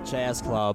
Jazz Club.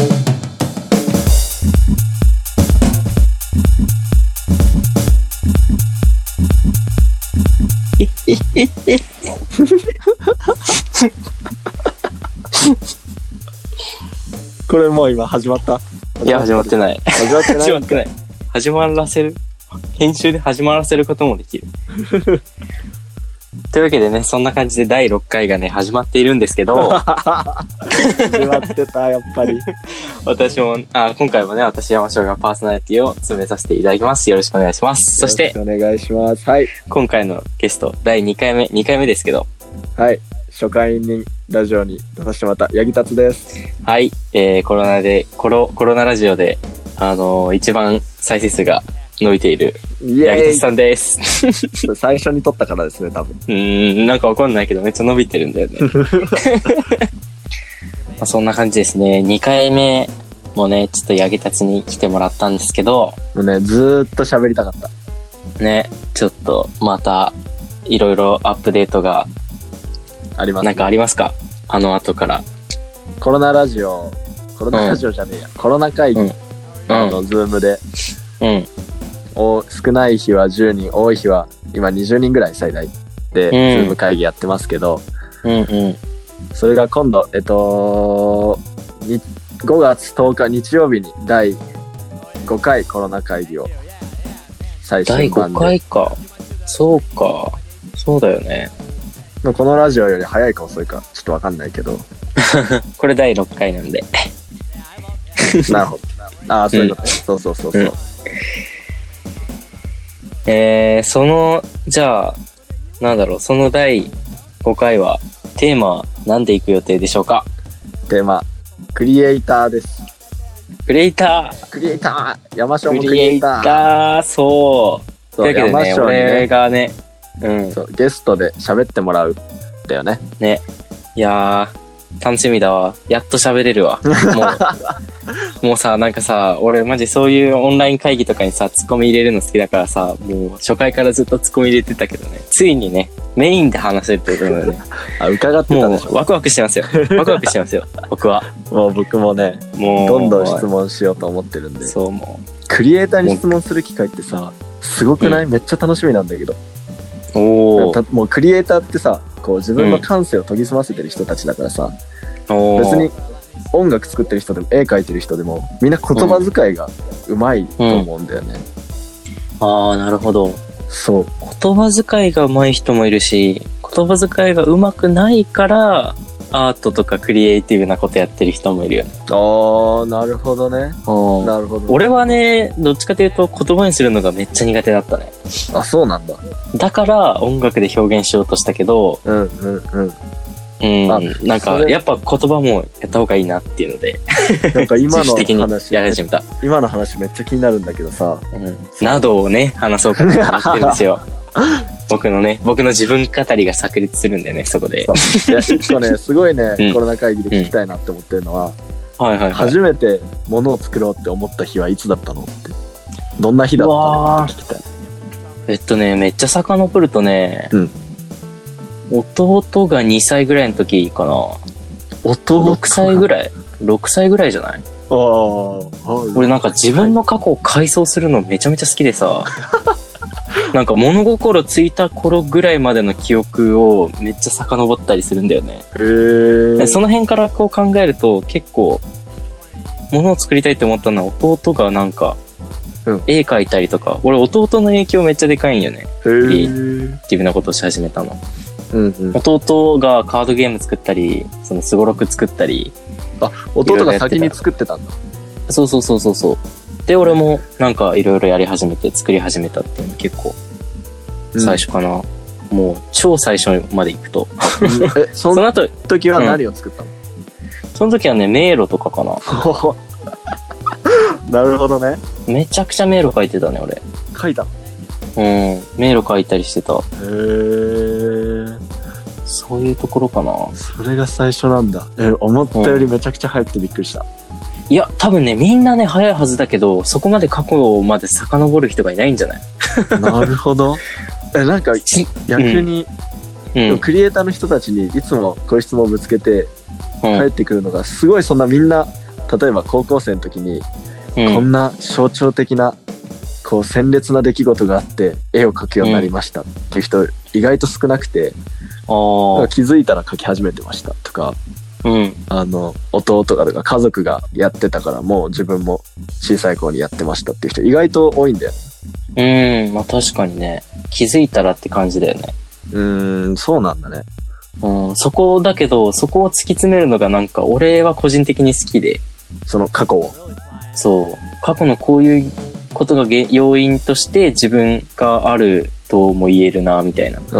これもう今始まった？ いや、始まってない。 始まってない。 始まってない。始まらせる。編集で始まらせることもできる。というわけでね、そんな感じで第6回がね、始まっているんですけど、 始まってた、やっぱり。 今回もね、私、山椒がパーソナリティを務めさせていただきます。よろしくお願いします。そして、 お願いします。はい。 今回のゲスト、第2回目ですけど、 はい。初回にラジオに出させてもらった八木達です。 はい。コロナラジオで、一番再生数が伸びている、八木達さんです。 最初に撮ったからですね、多分。 なんかわかんないけど、めっちゃ伸びてるんだよね。まあそんな感じですね。2回目もね、ちょっと八木達に来てもらったんですけど、 もうね、ずーっと喋りたかった。 ね、ちょっとまた、いろいろアップデートが、 あります、ね。 なんかありますか？後から。 コロナラジオじゃねえや。コロナ会議、ズームで、少ない日は10人、多い日は今20人ぐらい最大で、ズーム会議やってますけど、それが今度、5月10日日曜日に第5回コロナ会議を最終版で。 第5回か。そうか。そうだよね。 このラジオより早いか遅いかちょっとわかんないけど。 これ第6回なんで。 なるほど。ああ、そういうこと。そう。 じゃあ、その第5回は、テーマは何でいく予定でしょうか？ テーマ、クリエイターです。 クリエイター山椒もクリエイター。 そう。というわけでね、俺がね、 そうゲストで喋ってもらうんだよね。 ね。いやー、楽しみだわ。やっと喋れるわ。もうさ、なんかさ、俺マジそういうオンライン会議とかにさ、ツッコミ入れるの好きだからさ、もう初回からずっとツッコミ入れてたけどね、ついにね、メインで話せるということでね。 伺ってたでしょ。 もうワクワクしてますよ。僕は。 もう僕もね、どんどん質問しようと思ってるんで。 そう、もう。クリエイターに質問する機会ってさ、すごくない？めっちゃ楽しみなんだけど。もうクリエイターってさ、こう自分の感性を研ぎ澄ませてる人たちだからさ、別に音楽作ってる人でも絵描いてる人でもみんな言葉遣いがうまいと思うんだよね。 ああ、なるほど。 そう。 言葉遣いがうまい人もいるし、言葉遣いがうまくないからアートとかクリエイティブなことやってる人もいるよね。 ああ、なるほどね。なるほど。 俺はね、どっちかというと言葉にするのがめっちゃ苦手だったね。 あ、そうなんだ。 だから音楽で表現しようとしたけど、なんかやっぱ言葉もやった方がいいなっていうので、 なんか今の話やり始めた。 今の話めっちゃ気になるんだけどさ、 などをね話そうかなと思ってるんですよ。僕の自分語りが炸裂するんでね、そこで。 いや、一個ね、すごいね、コロナ会議で聞きたいなって思ってるのは、初めて物を作ろうって思った日はいつだったのって。どんな日だったのって聞きたい。 めっちゃ遡るとね、弟が2歳ぐらいの時かな。6歳ぐらいじゃない？俺なんか自分の過去を回想するのめちゃめちゃ好きでさ、なんか物心ついた頃ぐらいまでの記憶をめっちゃ遡ったりするんだよね。その辺からこう考えると結構物を作りたいって思ったのは弟がなんか絵描いたりとか、俺弟の影響めっちゃでかいんよね。クリエイティブなことをし始めたの。弟がカードゲーム作ったり、そのスゴロク作ったり。 あ、弟が先に作ってたんだ。 そう。で、俺もなんかいろいろやり始めて作り始めたっていうの結構最初かな。もう超最初まで行くと。 その時は何を作ったの？ その時はね、迷路とかかな。 なるほどね。 めちゃくちゃ迷路描いてたね、俺。 描いた？ 迷路描いたりしてた。そういうところかな。 それが最初なんだ。思ったよりめちゃくちゃ早くてびっくりした。 いや、多分ね、みんなね、早いはずだけど、そこまで過去まで遡る人がいないんじゃない？ なるほど。なんか、逆に、クリエイターの人たちにいつもこういう質問をぶつけて、 返ってくるのがすごい、そんなみんな例えば高校生の時に、こんな象徴的なこう鮮烈な出来事があって絵を描くようになりましたっていう人意外と少なくて、気づいたら描き始めてましたとか、弟とか家族がやってたからもう自分も小さい頃にやってましたっていう人意外と多いんだよね。 まあ確かにね、気づいたらって感じだよね。 そうなんだね。 そこだけど、そこを突き詰めるのがなんか俺は個人的に好きで、 その過去を、 そう過去のこういうことが要因として自分があるとも言えるなみたいな。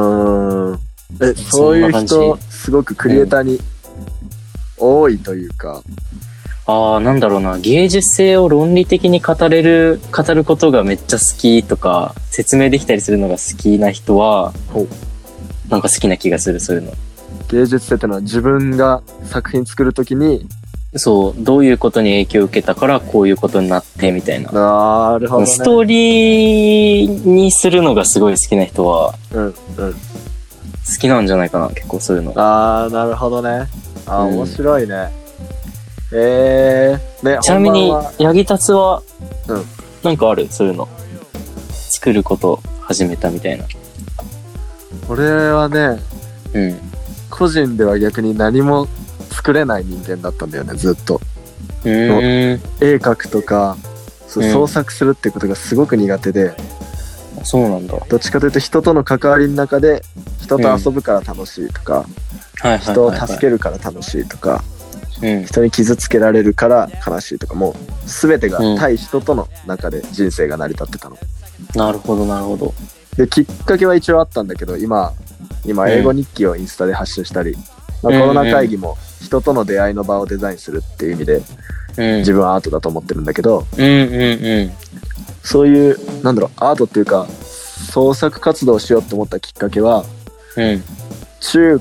そういう人すごくクリエイターに多いというか、 なんだろうな、芸術性を論理的に語ることがめっちゃ好きとか説明できたりするのが好きな人はなんか好きな気がする。そういうの。 芸術性ってのは自分が作品作るときに、 そうどういうことに影響を受けたからこういうことになってみたいな。 なるほどね。 ストーリーにするのがすごい好きな人は、好きなんじゃないかな、結構そういうの。 なるほどね。面白いね。ね、 ちなみにヤギタツは、なんかある？そういうの作ること始めたみたいな。 俺はね、個人では逆に何も作れない人間だったんだよね、ずっと。絵描くとか創作するってことがすごく苦手で、 そうなんだ。 どっちかというと人との関わりの中で人と遊ぶから楽しいとか、人を助けるから楽しいとか、人に傷つけられるから悲しいとか、もう全てが対人との中で人生が成り立ってたの。 なるほどなるほど。 できっかけは一応あったんだけど、今英語日記をインスタで発信したり、コロナ会議も人との出会いの場をデザインするっていう意味で、自分はアートだと思ってるんだけど、そういうアートっていうか創作活動をしようと思ったきっかけは、中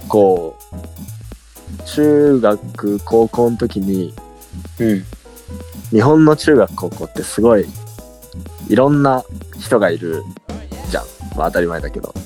学高校の時に、日本の中学高校ってすごいいろんな人がいるじゃん。まあ当たり前だけど、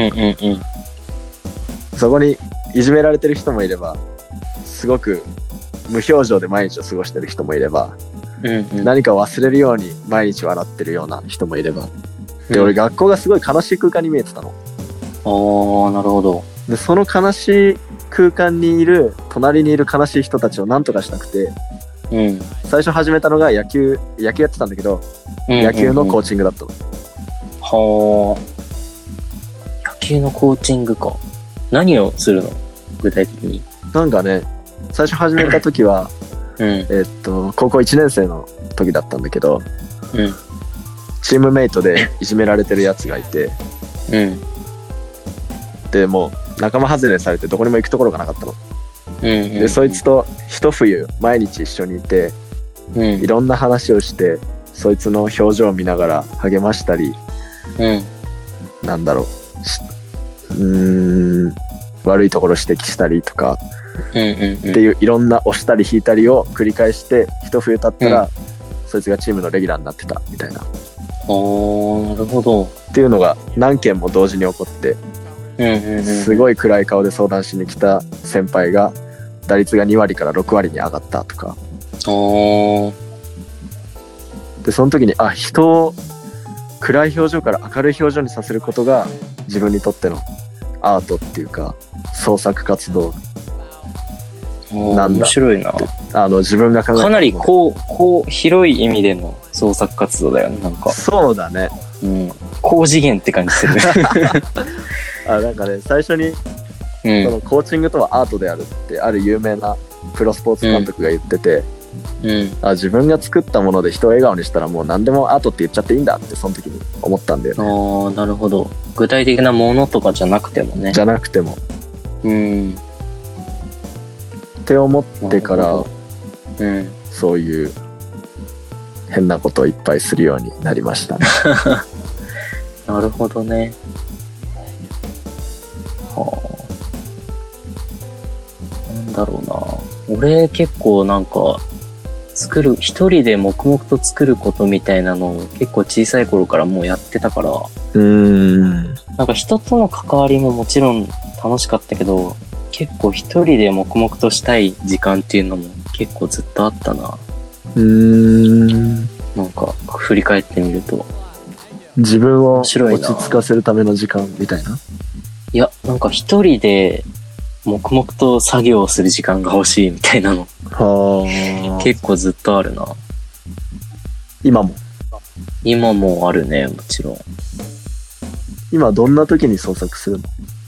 そこにいじめられてる人もいれば、すごく無表情で毎日を過ごしてる人もいれば、何か忘れるように毎日笑ってるような人もいれば、で俺学校がすごい悲しい空間に見えてたの。 なるほど。 でその悲しい空間にいる隣にいる悲しい人たちを何とかしたくて、最初始めたのが野球やってたんだけど、野球のコーチングだったの。 野球のコーチングか。何をするの？具体的に。 なんかね、最初始めた時は、高校1年生の時だったんだけど、チームメイトでいじめられてるやつがいて、でもう仲間外れされてどこにも行くところがなかったの。でそいつと一冬毎日一緒にいて、いろんな話をして、そいつの表情を見ながら励ましたり、悪いところを指摘したりとか、っていういろんな押したり引いたりを繰り返して、一冬経ったら、そいつがチームのレギュラーになってたみたいな。なるほど。 っていうのが何件も同時に起こって、すごい暗い顔で相談しに来た先輩が打率が2割から6割に上がったとか。でその時に人を暗い表情から明るい表情にさせることが自分にとってのアートっていうか創作活動なんだ。面白いな。 自分が考えたかなり広い意味での創作活動だよね。なんかそうだね、 高次元って感じする。 なんかね、最初に、そのコーチングとはアートであるってある有名なプロスポーツ監督が言ってて、自分が作ったもので人を笑顔にしたらもう何でもアートって言っちゃっていいんだってその時に思ったんだよね。 なるほど。具体的なものとかじゃなくてもね。 じゃなくても。って思ってから、そういう変なことをいっぱいするようになりましたね。 なるほどね。なんだろうな。俺結構なんか一人で黙々と作ることみたいなのを結構小さい頃からもうやってたから、なんか人との関わりももちろん楽しかったけど、 結構一人で黙々としたい時間っていうのも結構ずっとあったな。なんか振り返ってみると。 自分を落ち着かせるための時間みたいな。 いや、なんか一人で黙々と作業をする時間が欲しいみたいなの。結構ずっとあるな。 今も？ 今もあるね、もちろん。 今どんな時に創作するの？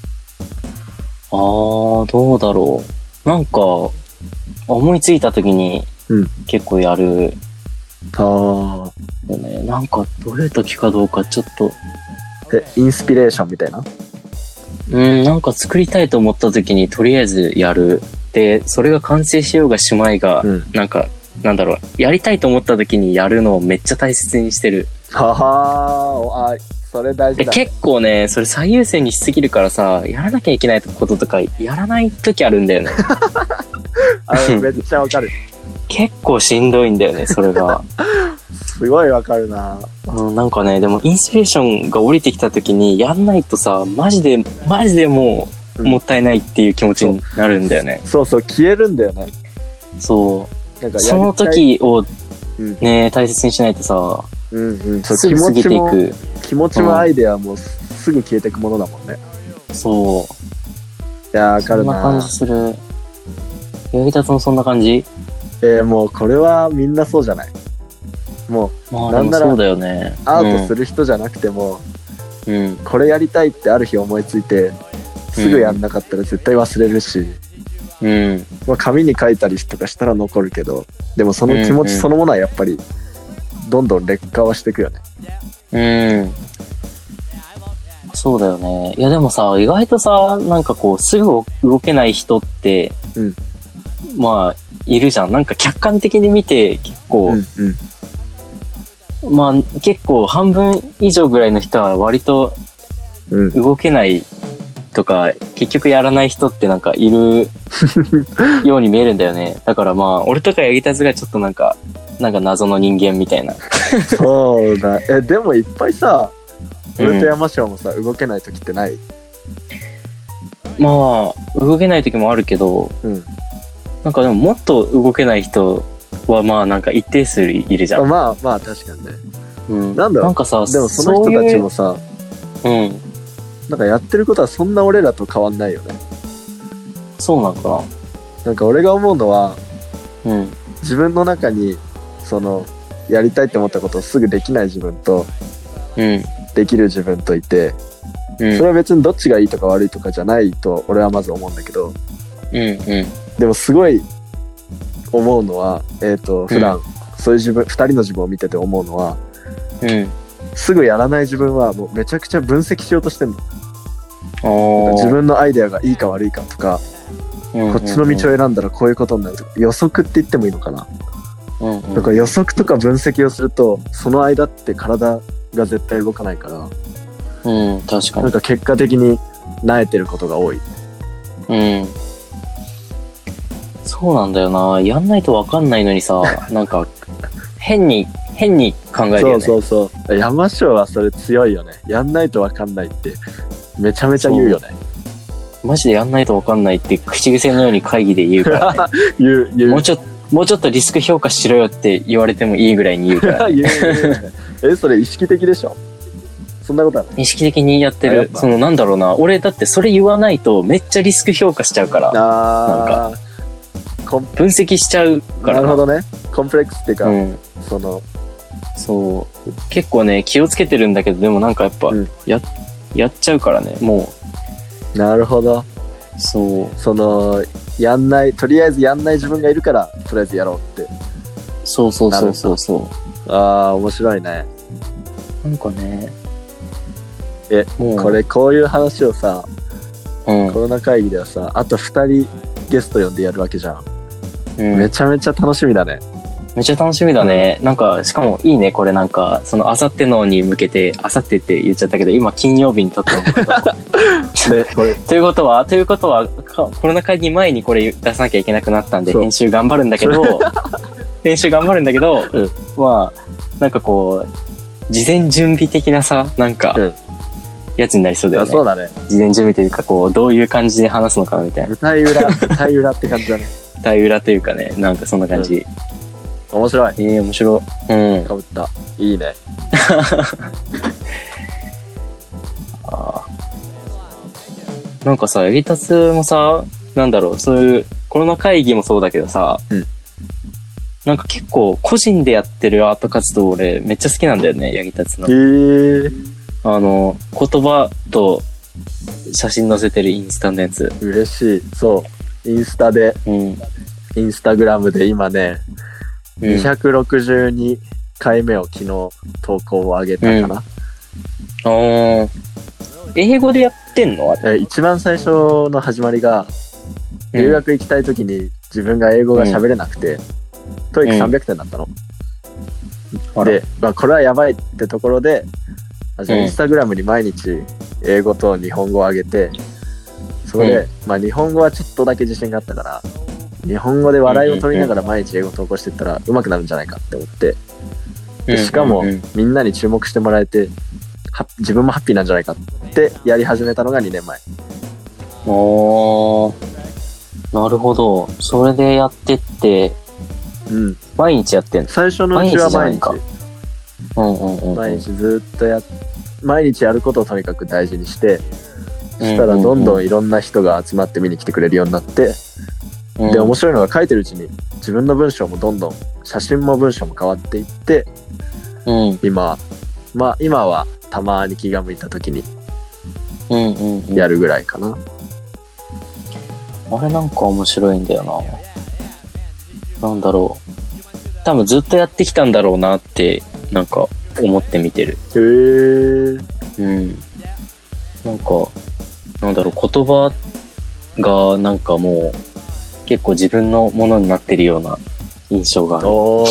どうだろう。なんか、思いついた時に結構やる。よね。なんか、どういう時かどうかちょっと。 インスピレーションみたいな？ なんか作りたいと思った時にとりあえずやる。で、それが完成しようがしまいが、なんか、なんだろう、やりたいと思った時にやるのをめっちゃ大切にしてる。 それ大事だ。 結構ね、それ最優先にしすぎるからさ、やらなきゃいけないこととか、やらない時あるんだよね。 めっちゃわかる。 結構しんどいんだよね、それが。 すごいわかるな。 なんかね、でもインスピレーションが降りてきた時にやんないとさ、マジでもうもったいないっていう気持ちになるんだよね。 そう、消えるんだよね。 そう。なんかその時をね、大切にしないとさ、すぐ過ぎていく。 気持ちもアイデアもすぐ消えていくものだもんね。 そう。 いや、わかるな。 そんな感じする。八木達もそんな感じ？ もうこれはみんなそうじゃない？もう、なんならそうだよね。 アートする人じゃなくても、これやりたいってある日思いついて、すぐやんなかったら絶対忘れるし、紙に書いたりとかしたら残るけど、でもその気持ちそのものはやっぱりどんどん劣化はしていくよね。 そうだよね。いやでもさ、意外とさ、なんかこうすぐ動けない人って、まあいるじゃん。なんか客観的に見て結構、まあ結構半分以上ぐらいの人は割と動けないとか、結局やらない人ってなんかいるように見えるんだよね。だからまあ俺とか八木達がちょっとなんか謎の人間みたいな。 そうだ。でもいっぱいさ、俺と山椒もさ、動けない時ってない？ まあ動けない時もあるけど、なんかでももっと動けない人はまあなんか一定数いるじゃん。 まあ確かにね。なんだろう。 なんかさ、 でもその人たちもさ、なんかやってることはそんな俺らと変わんないよね。 そうなのかな。 なんか俺が思うのは、自分の中にそのやりたいって思ったことをすぐできない自分と、できる自分といて、それは別にどっちがいいとか悪いとかじゃないと俺はまず思うんだけど、でもすごい思うのは、普段そういう2人の自分を見てて思うのは、すぐやらない自分はもうめちゃくちゃ分析しようとしてんの。自分のアイデアがいいか悪いかとか、こっちの道を選んだらこういうことになるとか、予測って言ってもいいのかな。だから予測とか分析をするとその間って体が絶対動かないから、 確かに。 なんか結果的に萎えてることが多い。 そうなんだよな。やんないと分かんないのにさ、なんか変に考えるよね。 そう。山椒はそれ強いよね。やんないと分かんないってめちゃめちゃ言うよね。 マジでやんないと分かんないって口癖のように会議で言うからね。言う。もうちょっとリスク評価しろよって言われてもいいぐらいに言うから、ね。 それ意識的でしょ？そんなことはない？ 意識的にやってる。そのなんだろうな。俺だってそれ言わないとめっちゃリスク評価しちゃうから。なんか分析しちゃうから。 なるほどね。コンプレックスっていうか、 そう結構ね気をつけてるんだけど、でもなんかやっぱ、やっちゃうからね、もう。なるほど。 そう。 そのとりあえずやんない自分がいるからとりあえずやろうって。 そう。 面白いね。 なんかね。 こういう話をさ、コロナ会議ではさ、あと2人ゲスト呼んでやるわけじゃん。めちゃめちゃ楽しみだね。 めっちゃ楽しみだね。なんかしかもいいね、これなんかそのあさってのに向けて、あさってって言っちゃったけど今金曜日に撮ったんだけどということはコロナ会議前にこれ出さなきゃいけなくなったんで編集頑張るんだけどまあなんかこう事前準備的なさ、なんか、 やつになりそうだよね。 そうだね。 事前準備というか、こう、どういう感じで話すのかなみたいな。 舞台裏って感じだね。 舞台裏というかね、なんかそんな感じ。 面白い。 面白い。うん。 かぶった。いいね。 なんかさ、やりたつもさ、なんだろう、そういうコロナ会議もそうだけどさ、なんか結構個人でやってるアート活動俺めっちゃ好きなんだよね、ヤギタツの。言葉と写真載せてるインスタのやつ。 嬉しい。そう。インスタで、インスタグラムで今ね、262回目を昨日投稿を上げたかな。 英語でやってんの？ 一番最初の始まりが、留学行きたい時に自分が英語が喋れなくて、トイック300点だったの。で、これはやばいってところで、インスタグラムに毎日英語と日本語を上げて、それで、日本語はちょっとだけ自信があったから、日本語で笑いを取りながら毎日英語投稿していったら上手くなるんじゃないかって思って、でしかもみんなに注目してもらえて、自分もハッピーなんじゃないかってやり始めたのが2年前。 なるほど。それでやってって、毎日やってんの？ 最初のうちは毎日。毎日ずっと毎日やることをとにかく大事にして、そしたらどんどんいろんな人が集まって見に来てくれるようになって、で、面白いのが書いてるうちに自分の文章もどんどん、写真も文章も変わっていって、今はたまに気が向いた時にやるぐらいかな。 あれなんか面白いんだよな。なんだろう。多分ずっとやってきたんだろうなってなんか思って見てる。なんかなんだろう、言葉がなんかもう結構自分のものになってるような印象がある。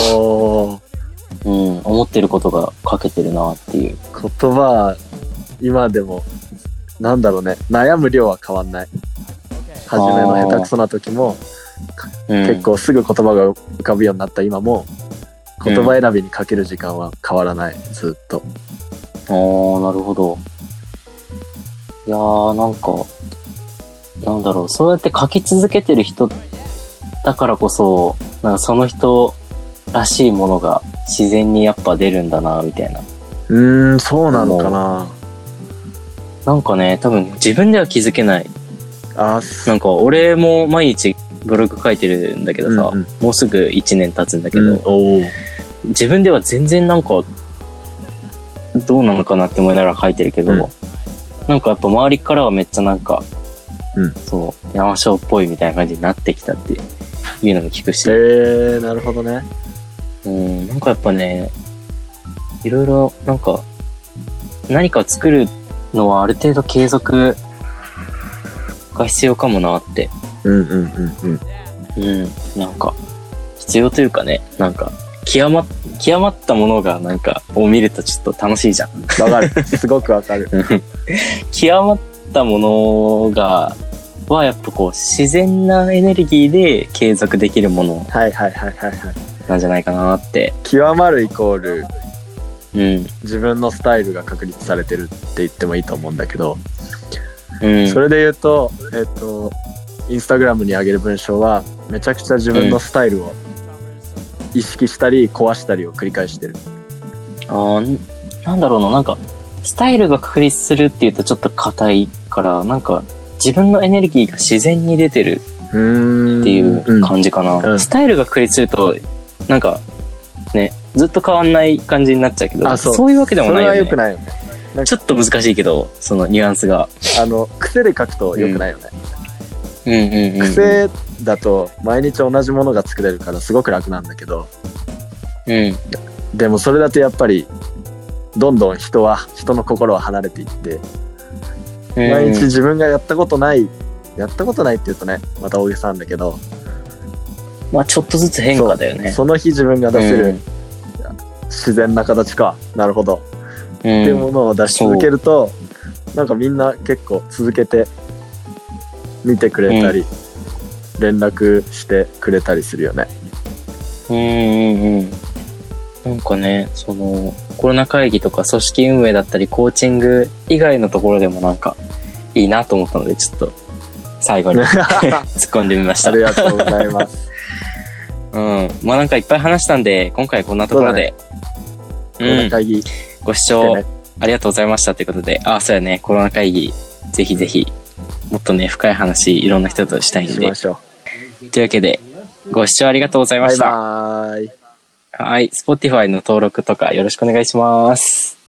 思ってることが書けてるなっていう。 言葉は今でもなんだろうね、悩む量は変わんない。初めの下手くそな時も、結構すぐ言葉が浮かぶようになった今も、言葉選びにかける時間は変わらない、ずっと。 なるほど。いやー、なんかなんだろう、そうやって書き続けてる人だからこそ、なんかその人らしいものが自然にやっぱ出るんだなみたいな。 そうなのかな。 なんかね、多分自分では気づけない。なんか俺も毎日ブログ書いてるんだけどさ、もうすぐ1年経つんだけど、自分では全然なんかどうなのかなって思いながら書いてるけど、なんかやっぱ周りからはめっちゃなんか、そう山椒っぽいみたいな感じになってきたっていうのも聞くし。 なるほどね。 なんかやっぱね、いろいろなんか何か作るのはある程度継続が必要かもなって。なんか必要というかね、なんか極まったものがなんかを見るとちょっと楽しいじゃん。 わかる。すごくわかる。 極まったものがはやっぱこう自然なエネルギーで継続できるものなんじゃないかなって。 極まるイコール、自分のスタイルが確立されてるって言ってもいいと思うんだけど、それで言うと、インスタグラムに上げる文章はめちゃくちゃ自分のスタイルを意識したり壊したりを繰り返してる。 なんだろうな、なんかスタイルが確立するっていうとちょっと硬いから、なんか自分のエネルギーが自然に出てるっていう感じかな。スタイルが確立するとなんかね、ずっと変わんない感じになっちゃうけど、そういうわけでもないよね。それは良くないよね。ちょっと難しいけど、そのニュアンスが癖で書くと良くないよね。癖だと毎日同じものが作れるからすごく楽なんだけど、でもそれだとやっぱりどんどん人の心は離れていって、毎日自分がやったことないって言うとね、また大げさなんだけど、 ちょっとずつ変化だよね。 その日自分が出せる自然な形か、なるほど、っていうものを出し続けると、なんかみんな結構続けて見てくれたり、連絡してくれたりするよね。 なんかね、そのコロナ会議とか組織運営だったりコーチング以外のところでもなんかいいなと思ったので、ちょっと最後に突っ込んでみました。 ありがとうございます。 うん、まあなんかいっぱい話したんで、今回こんなところで、 コロナ会議、 ご視聴ありがとうございましたということで、そうやね、コロナ会議ぜひぜひもっとね深い話いろんな人としたいんで、 しましょう。というわけでご視聴ありがとうございました。 バイバーイ。 はい、Spotify の登録とかよろしくお願いします。